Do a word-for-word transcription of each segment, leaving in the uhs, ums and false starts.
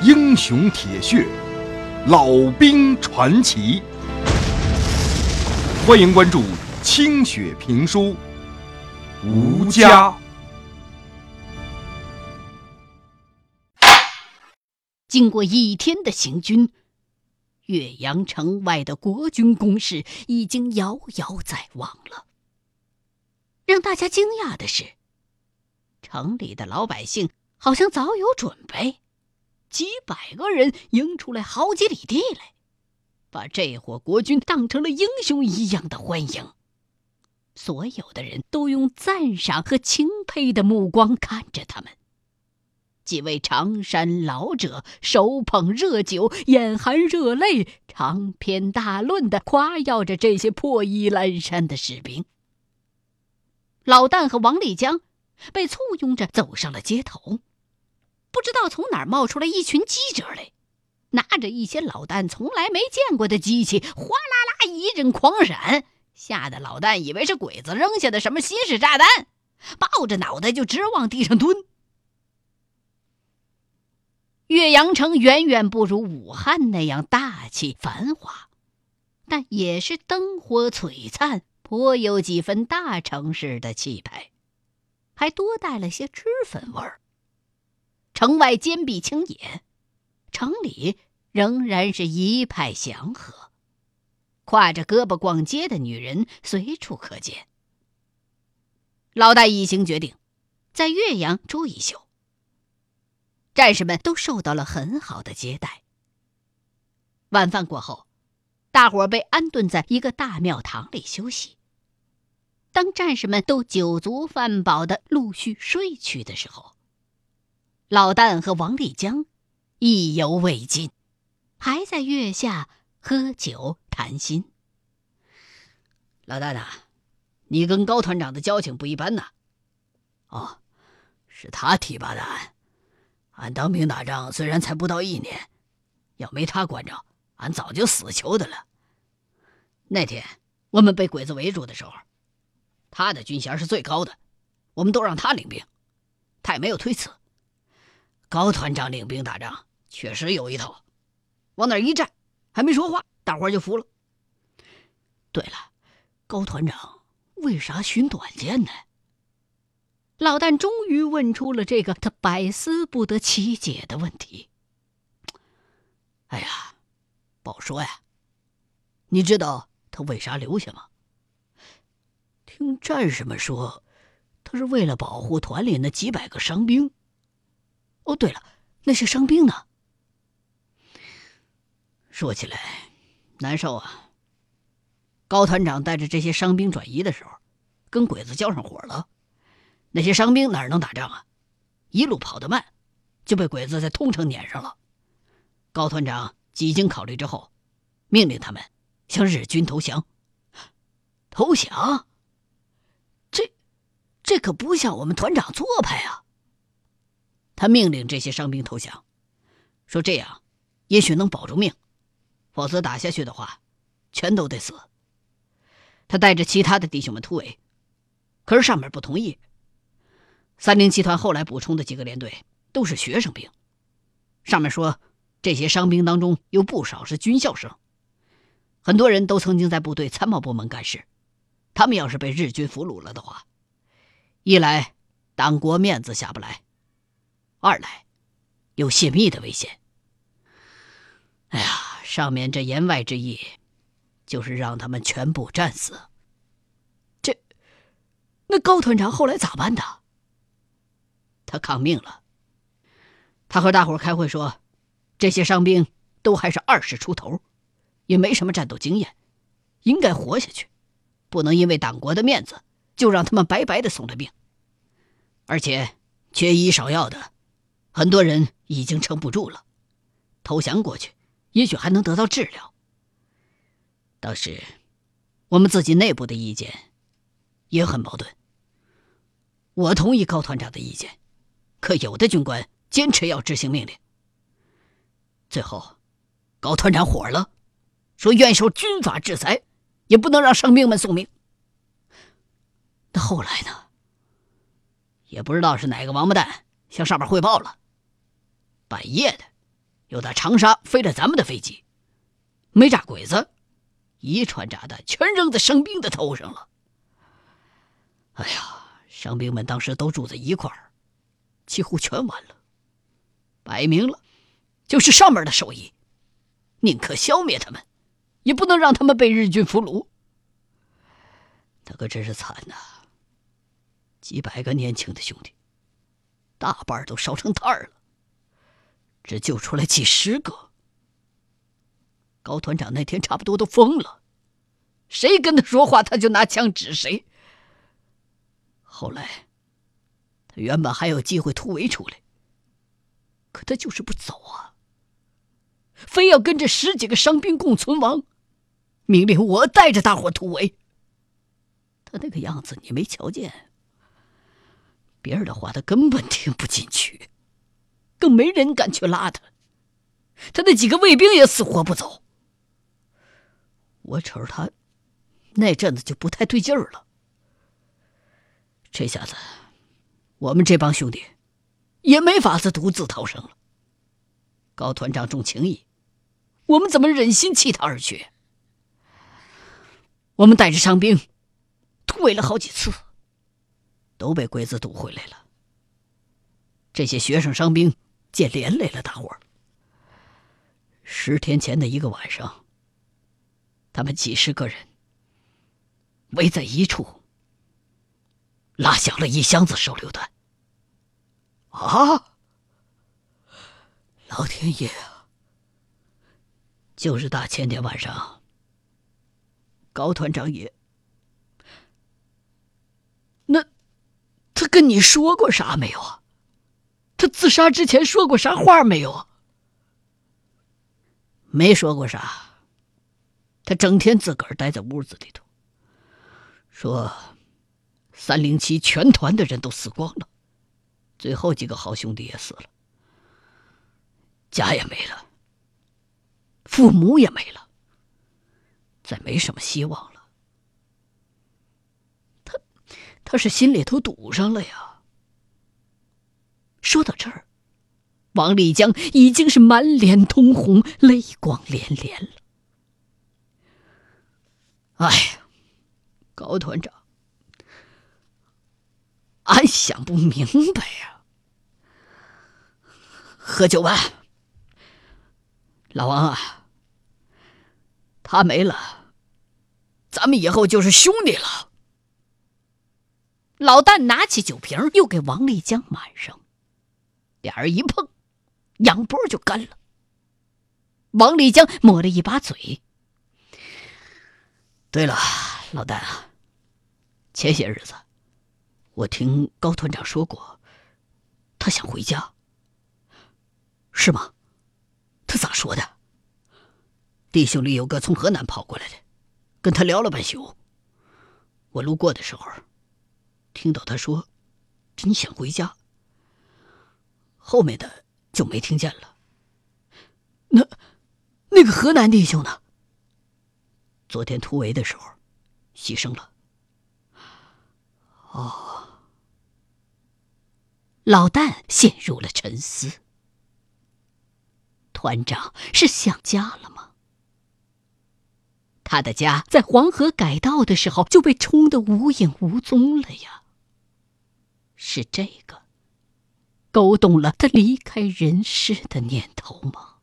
英雄铁血，老兵传奇。欢迎关注清雪评书《吴家》。 经过一天的行军，岳阳城外的国军攻势已经遥遥在望了。让大家惊讶的是，城里的老百姓好像早有准备，几百个人迎出来好几里地来，把这伙国军当成了英雄一样的欢迎。所有的人都用赞赏和钦佩的目光看着他们。几位长衫老者手捧热酒，眼含热泪，长篇大论地夸耀着这些破衣烂衫的士兵。老旦和王立江被簇拥着走上了街头，不知道从哪儿冒出来一群记者来，拿着一些老旦从来没见过的机器，哗啦啦一阵狂闪，吓得老旦以为是鬼子扔下的什么新式炸弹，抱着脑袋就直往地上蹲。岳阳城远远不如武汉那样大气繁华，但也是灯火璀璨，颇有几分大城市的气派，还多带了些脂粉味儿。城外坚壁清野，城里仍然是一派祥和，挎着胳膊逛街的女人随处可见。老大一行决定在岳阳住一宿，战士们都受到了很好的接待。晚饭过后，大伙儿被安顿在一个大庙堂里休息。当战士们都酒足饭饱的陆续睡去的时候，老旦和王立江意犹未尽，还在月下喝酒谈心。老旦啊，你跟高团长的交情不一般呐。 哦，是他提拔的俺。俺当兵打仗虽然才不到一年，要没他关照，俺早就死囚的了。 那天我们被鬼子围住的时候，他的军衔是最高的，我们都让他领兵，他也没有推辞。 高团长领兵打仗确实有一套， 往那儿一站，还没说话，大伙儿就服了。 对了，高团长为啥寻短见呢？ 老旦终于问出了这个他百思不得其解的问题。 哎呀，不好说呀。你知道他为啥留下吗？听战士们说，他是为了保护团里那几百个伤兵。哦，对了，那些伤兵呢？说起来难受啊。高团长带着这些伤兵转移的时候，跟鬼子交上火了。那些伤兵哪能打仗啊？一路跑得慢，就被鬼子在通城撵上了。高团长几经考虑之后，命令他们向日军投降。投降？这这可不像我们团长做派啊！他命令这些伤兵投降，说这样也许能保住命，否则打下去的话，全都得死。他带着其他的弟兄们突围，可是上面不同意。三零七团后来补充的几个连队都是学生兵，上面说这些伤兵当中有不少是军校生，很多人都曾经在部队参谋部门干事。他们要是被日军俘虏了的话，一来党国面子下不来，二来有泄密的危险。哎呀，上面这言外之意就是让他们全部战死。这那高团长后来咋办的？他抗命了。他和大伙开会说，这些伤兵都还是二十出头，也没什么战斗经验，应该活下去，不能因为党国的面子就让他们白白的送了命。而且缺医少药的很多人已经撑不住了，投降过去也许还能得到治疗。当时我们自己内部的意见也很矛盾，我同意高团长的意见，可有的军官坚持要执行命令。最后高团长火了，说愿受军法制裁，也不能让伤兵们送命。那后来呢？也不知道是哪个王八蛋向上面汇报了，半夜的又打长沙飞了咱们的飞机，没炸鬼子，一串炸弹全扔在伤兵的头上了。哎呀，伤兵们当时都住在一块儿，几乎全完了，摆明了就是上面的手艺，宁可消灭他们，也不能让他们被日军俘虏。那可真是惨呐、啊！几百个年轻的兄弟，大半都烧成炭了，只救出来几十个。高团长那天差不多都疯了，谁跟他说话他就拿枪指谁。后来他原本还有机会突围出来，可他就是不走啊，非要跟着十几个伤兵共存亡，命令我带着大伙突围。他那个样子你没瞧见，别人的话他根本听不进去，更没人敢去拉他。他那几个卫兵也死活不走。我瞅着他那阵子就不太对劲儿了。这下子我们这帮兄弟也没法子独自逃生了。高团长重情义，我们怎么忍心弃他而去？我们带着伤兵突围了好几次，都被鬼子堵回来了。这些学生伤兵见连累了大伙儿。十天前的一个晚上，他们几十个人围在一处，拉响了一箱子手榴弹。啊！老天爷啊！就是大前天晚上，高团长也……那他跟你说过啥没有啊？他自杀之前说过啥话没有啊？没说过啥，他整天自个儿待在屋子里头，说三零七全团的人都死光了，最后几个好兄弟也死了，家也没了，父母也没了，再没什么希望了。他他是心里头堵上了呀。说到这儿，王立江已经是满脸通红，泪光连连了。哎呀，高团长，俺想不明白呀、啊。喝酒吧，老王啊，他没了，咱们以后就是兄弟了。老旦拿起酒瓶，又给王立江满上，俩人一碰，仰脖就干了。王立江抹了一把嘴。对了，老旦啊，前些日子我听高团长说过，他想回家。是吗？他咋说的？弟兄里有个从河南跑过来的，跟他聊了半宿。我路过的时候，听到他说真想回家，后面的就没听见了。那那个河南弟兄呢？昨天突围的时候牺牲了。哦。老旦陷入了沉思。团长是想家了吗？他的家在黄河改道的时候就被冲得无影无踪了呀。是这个勾动了他离开人世的念头吗？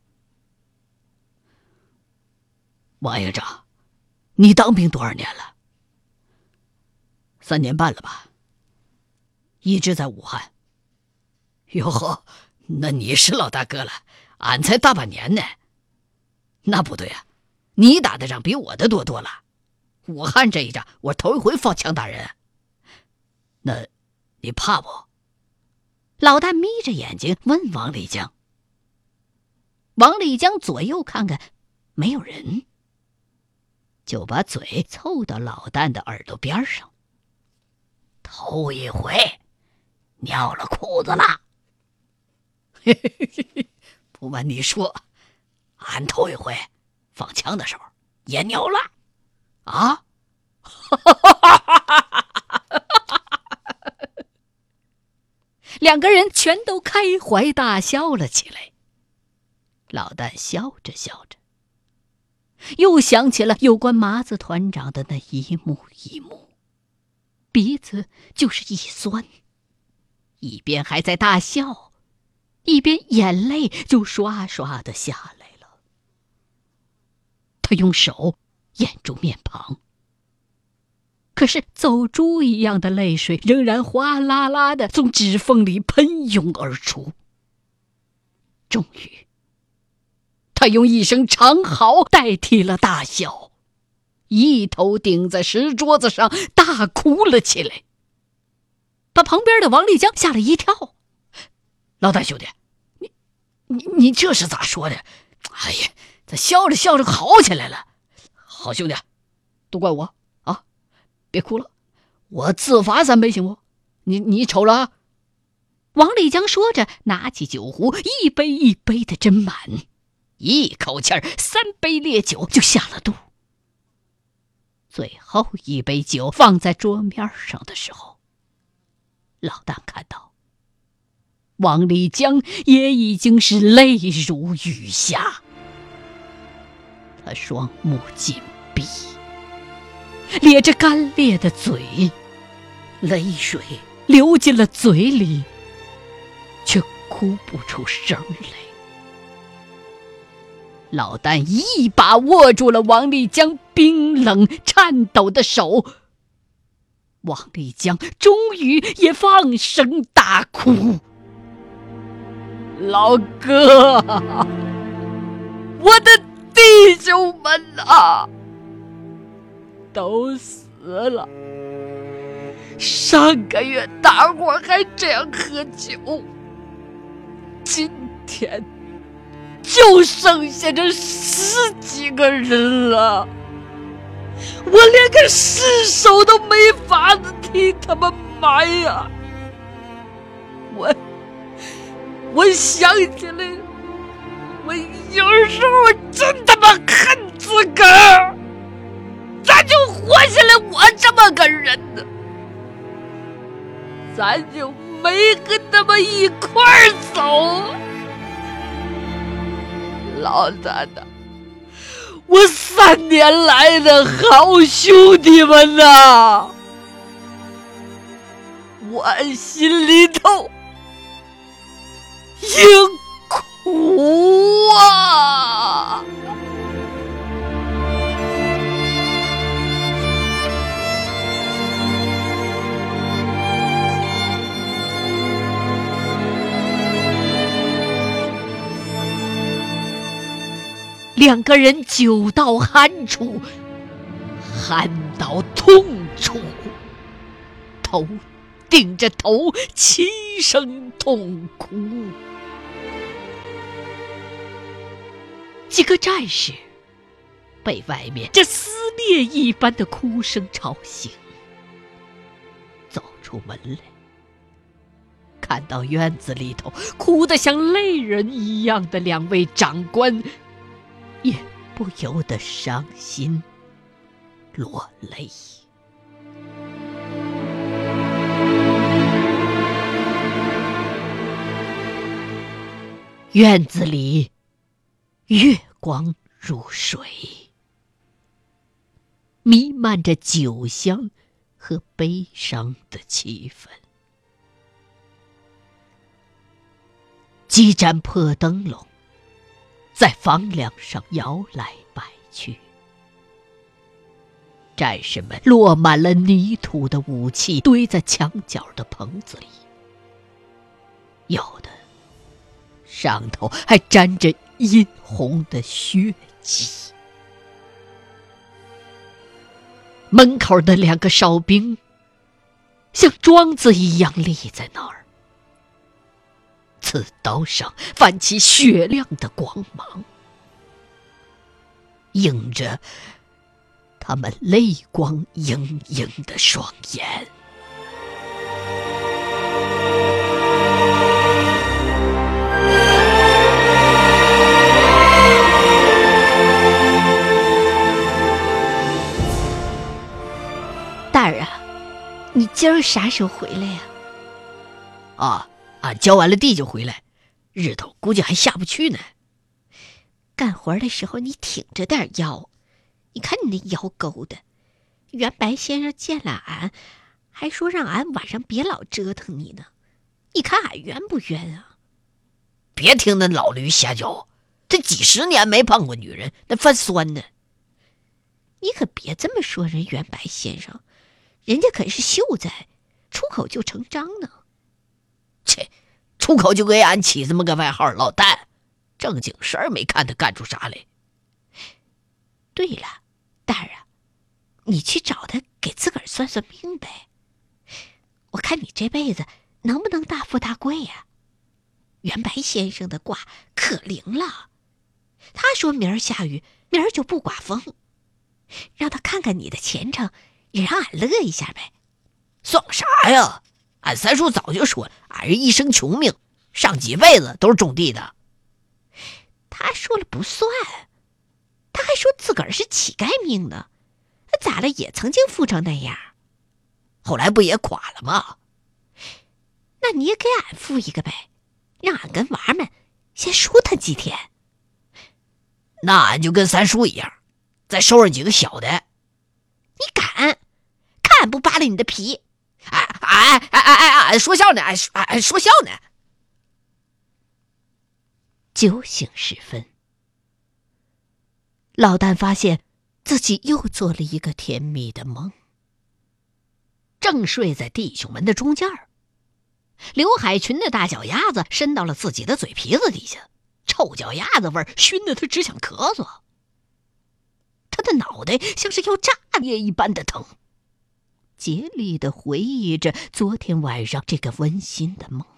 王营长，你当兵多少年了？三年半了吧？一直在武汉。哟呵，那你是老大哥了，俺才大半年呢。那不对啊，你打的仗比我的多多了。武汉这一仗，我头一回放枪打人。那你怕不？老旦眯着眼睛问王立江。王立江左右看看，没有人，就把嘴凑到老旦的耳朵边上。头一回尿了裤子了。嘿嘿嘿嘿，不瞒你说，俺头一回放枪的时候也尿了。啊？两个人全都开怀大笑了起来。 老旦笑着笑着，又想起了有关麻子团长的那一幕一幕，鼻子就是一酸，一边还在大笑，一边眼泪就刷刷的下来了。他用手掩住面庞，可是走猪一样的泪水仍然哗啦啦的从指缝里喷涌而出。终于，他用一声长嚎代替了大笑，一头顶在石桌子上大哭了起来，把旁边的王立江吓了一跳。老大兄弟，你你你这是咋说的？哎呀，他笑着笑着嚎起来了。好兄弟，都怪我啊！别哭了，我自罚三杯行不？你你瞅了啊！王立江说着，拿起酒壶，一杯一杯的斟满，一口气儿三杯烈酒就下了肚。最后一杯酒放在桌面上的时候，老旦看到王立江也已经是泪如雨下，他双目紧闭，咧着干裂的嘴，泪水流进了嘴里，却哭不出声来。老旦一把握住了王立江冰冷颤抖的手，王立江终于也放声大哭：“老哥，我的弟兄们啊，都死了！上个月大伙还这样喝酒，今天就剩下这十几个人了，我连个尸首都没法子替他们埋呀！我我想起来，我有时候真他妈恨自个儿，咋就活下来我这么个人呢？咱就没跟他们一块儿走。老旦呐，我三年来的好兄弟们呐，我心里头硬苦啊！两个人酒到酣处，酣到痛处，头顶着头齐声痛哭。几个战士被外面这撕裂一般的哭声吵醒，走出门来，看到院子里头哭得像泪人一样的两位长官，也不由得伤心落泪。院子里月光如水，弥漫着酒香和悲伤的气氛。几盏破灯笼在房梁上摇来摆去，战士们落满了泥土的武器堆在墙角的棚子里，有的上头还沾着殷红的血迹。门口的两个哨兵像桩子一样立在那儿，刺刀上泛起雪亮的光芒，映着他们泪光盈盈的双眼。 大儿啊，你今儿啥时候回来呀？ 啊，俺交完了地就回来，日头估计还下不去呢。 干活的时候你挺着点腰，你看你那腰勾的。袁白先生见了俺，还说让俺晚上别老折腾你呢。你看俺冤不冤啊？ 别听那老驴瞎叫，这几十年没碰过女人，那犯酸呢。 你可别这么说人袁白先生，人家可是秀才，出口就成章呢。 切，出口就给俺起这么个外号老蛋，正经事儿没看他干出啥来。 对了，蛋儿啊，你去找他给自个儿算算命呗。我看你这辈子能不能大富大贵呀、啊？袁白先生的卦可灵了，他说明儿下雨，明儿就不刮风。让他看看你的前程，也让俺乐一下呗。 算啥呀？俺三叔早就说了，俺是一生穷命，上几辈子都是种地的。 他说了不算，他还说自个儿是乞丐命呢。咋了？也曾经富成那样， 后来不也垮了吗？ 那你也给俺富一个呗，让俺跟娃们先舒坦几天。 那俺就跟三叔一样，再收拾几个小的。 你敢？看俺不扒了你的皮！ 哎哎哎哎哎！俺说笑呢，俺俺说笑呢。 酒醒时分，老旦发现自己又做了一个甜蜜的梦。 正睡在弟兄们的中间儿，刘海群的大脚丫子伸到了自己的嘴皮子底下，臭脚丫子味儿熏得他只想咳嗽。他的脑袋像是要炸裂一般的疼，竭力地回忆着昨天晚上这个温馨的梦。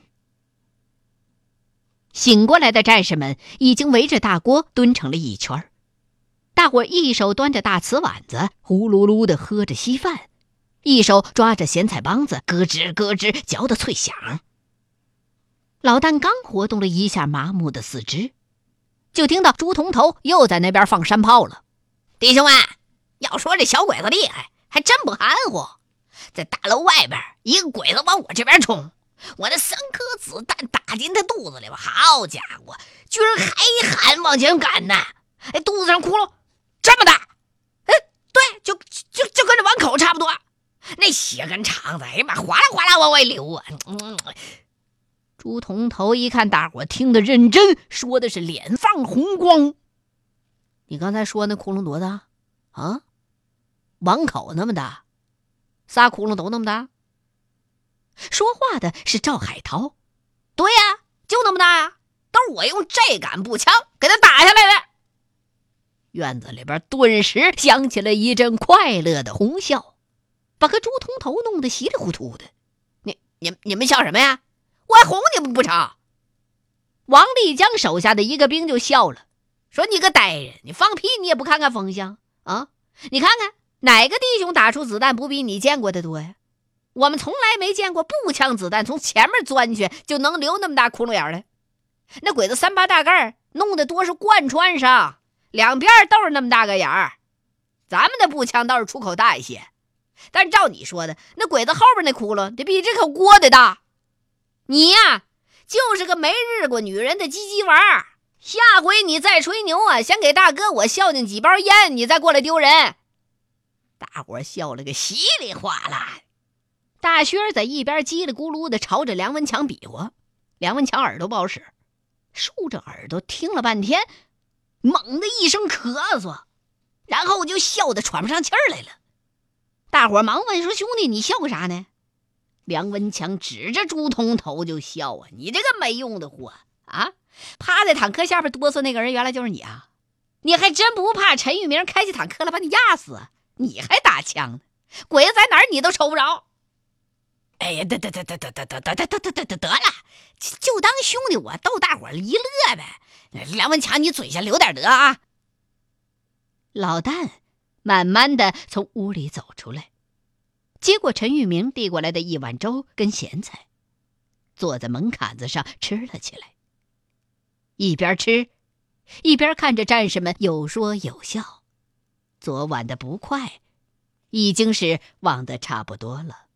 醒过来的战士们已经围着大锅蹲成了一圈，大伙一手端着大瓷碗子，呼噜噜地喝着稀饭，一手抓着咸菜帮子，咯吱咯吱嚼得脆响。老旦刚活动了一下麻木的四肢，就听到朱铜头又在那边放山炮了。 弟兄们，要说这小鬼子厉害，还真不含糊。在大楼外边，一个鬼子往我这边冲，我那三颗子弹打进他肚子里吧，好家伙，居然还喊往前赶呢！哎，肚子上窟窿这么大，哎，对，就就就跟这碗口差不多。那血跟肠子，哎呀妈，哗啦哗啦往外流啊！嗯， 朱铜头一看大伙听得认真，说的是脸放红光。你刚才说那窟窿多大啊？碗口那么大，仨窟窿都那么大。说话的是赵海涛。 对呀、啊，就那么大呀、啊，都是我用这杆步枪给他打下来的。 院子里边顿时响起了一阵快乐的哄笑，把个朱铜头弄得稀里糊涂的。 你、你、你们笑什么呀？我还哄你们不成？ 王立江手下的一个兵就笑了， 说你个呆人，你放屁你也不看看风向啊？你看看哪个弟兄打出子弹不比你见过的多呀？我们从来没见过步枪子弹从前面钻去就能留那么大窟窿眼的。那鬼子三八大盖弄的多是贯穿上，两边都是那么大个眼儿。咱们的步枪倒是出口大一些，但照你说的，那鬼子后边那窟窿得比这口锅得大。你呀，就是个没日过女人的鸡鸡玩儿。下回你再吹牛啊，先给大哥我孝敬几包烟，你再过来丢人。大伙笑了个稀里哗啦。 大薛在一边叽里咕噜的朝着梁文强比划，梁文强耳朵不好使，竖着耳朵听了半天，猛的一声咳嗽，然后就笑得喘不上气儿来了。大伙忙问说：“兄弟，你笑个啥呢？”梁文强指着朱铜头就笑啊：“你这个没用的货啊！趴在坦克下边哆嗦那个人原来就是你啊！你还真不怕陈玉明开起坦克了把你压死啊？你还打枪呢？鬼子在哪儿你都瞅不着。” 哎呀，得得得得得得得得得得得得得了， 就当兄弟我逗大伙一乐呗。 梁文强，你嘴下留点德啊！ 老旦慢慢的从屋里走出来，接过陈玉明递过来的一碗粥跟咸菜，坐在门槛子上吃了起来。一边吃，一边看着战士们有说有笑。昨晚的不快，已经是忘得差不多了。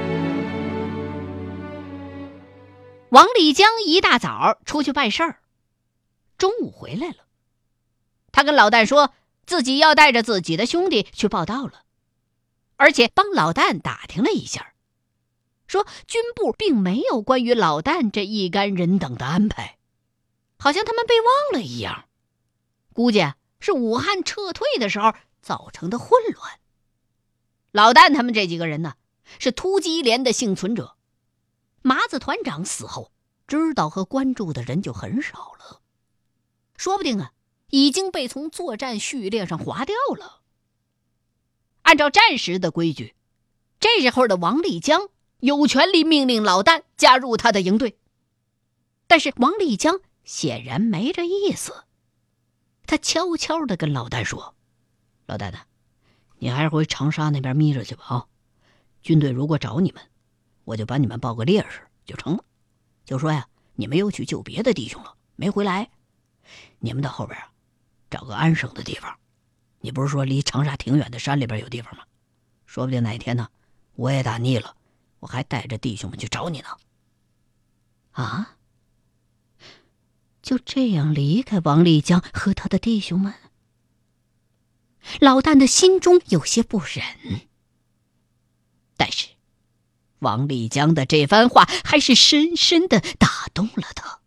王立江一大早出去办事儿， 中午回来了。他跟老旦说自己要带着自己的兄弟去报道了，而且帮老旦打听了一下，说军部并没有关于老旦这一干人等的安排，好像他们被忘了一样，估计是武汉撤退的时候造成的混乱。老旦他们这几个人呢，是突击连的幸存者，麻子团长死后知道和关注的人就很少了，说不定啊已经被从作战序列上划掉了。按照战时的规矩，这时候的王立江有权利命令老旦加入他的营队，但是王立江显然没这意思。他悄悄地跟老旦说：老旦呐，你还是回长沙那边眯着去吧啊！军队如果找你们，我就把你们报个烈士就成了。就说呀，你们又去救别的弟兄了，没回来。你们到后边啊，找个安生的地方。你不是说离长沙挺远的山里边有地方吗？说不定哪天呢，我也打腻了，我还带着弟兄们去找你呢。啊？就这样离开王立江和他的弟兄们？老旦的心中有些不忍，但是王立江的这番话还是深深地打动了他。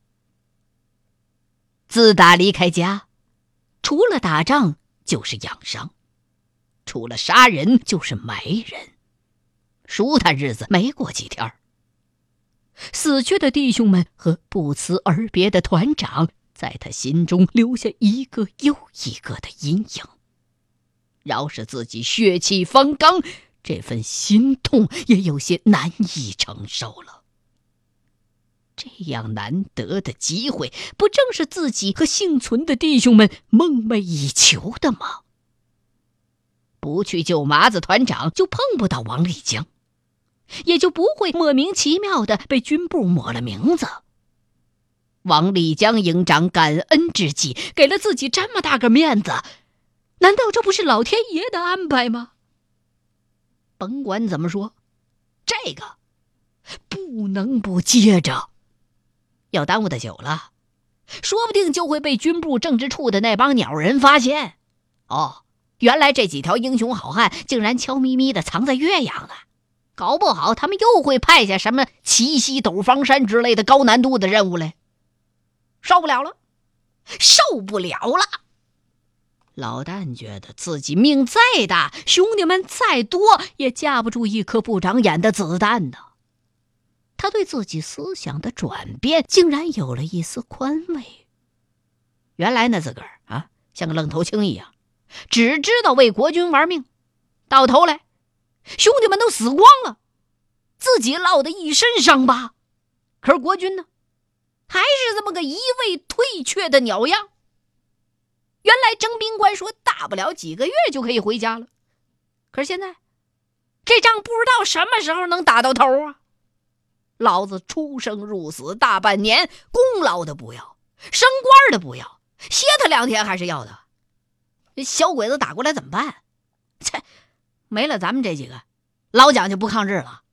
自打离开家，除了打仗就是养伤，除了杀人就是埋人，舒坦日子没过几天。死去的弟兄们和不辞而别的团长在他心中留下一个又一个的阴影，饶是自己血气方刚，这份心痛也有些难以承受了。这样难得的机会，不正是自己和幸存的弟兄们梦寐以求的吗？不去救麻子团长，就碰不到王立江，也就不会莫名其妙的被军部抹了名字。王立江营长感恩之际，给了自己这么大个面子，难道这不是老天爷的安排吗？甭管怎么说，这个不能不接着。要耽误的久了，说不定就会被军部政治处的那帮鸟人发现。哦，原来这几条英雄好汉竟然悄咪咪的藏在岳阳呢，搞不好他们又会派下什么奇袭斗方山之类的高难度的任务来。受不了了，受不了了！老旦觉得自己命再大，兄弟们再多，也架不住一颗不长眼的子弹呢。他对自己思想的转变竟然有了一丝宽慰。原来呢，自个儿啊像个愣头青一样，只知道为国军玩命，到头来兄弟们都死光了，自己落得一身伤疤。可是国军呢，还是这么个一味退却的鸟样。原来征兵官说大不了几个月就可以回家了，可是现在这仗不知道什么时候能打到头啊！老子出生入死大半年，功劳的不要，升官的不要，歇他两天还是要的。小鬼子打过来怎么办？切，没了咱们这几个，老蒋就不抗日了。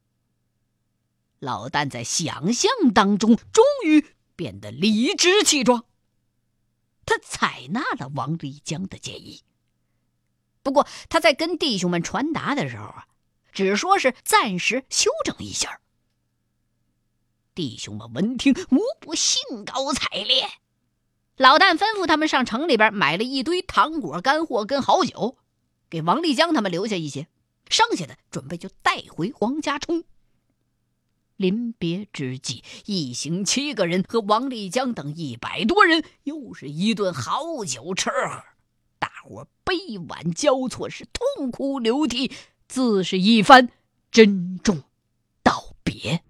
老旦在想象当中终于变得理直气壮，他采纳了王立江的建议。不过他在跟弟兄们传达的时候啊，只说是暂时休整一下。弟兄们闻听无不兴高采烈，老旦吩咐他们上城里边买了一堆糖果干货跟好酒，给王立江他们留下一些，剩下的准备就带回黄家冲。临别之际，一行七个人和王立江等一百多人又是一顿好酒吃喝，大伙杯碗交错，是痛哭流涕，自是一番珍重道别。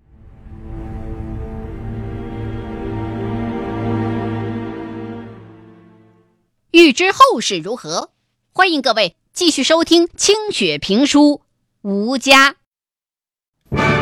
欲知后事如何，欢迎各位继续收听清雪评书《吴家》。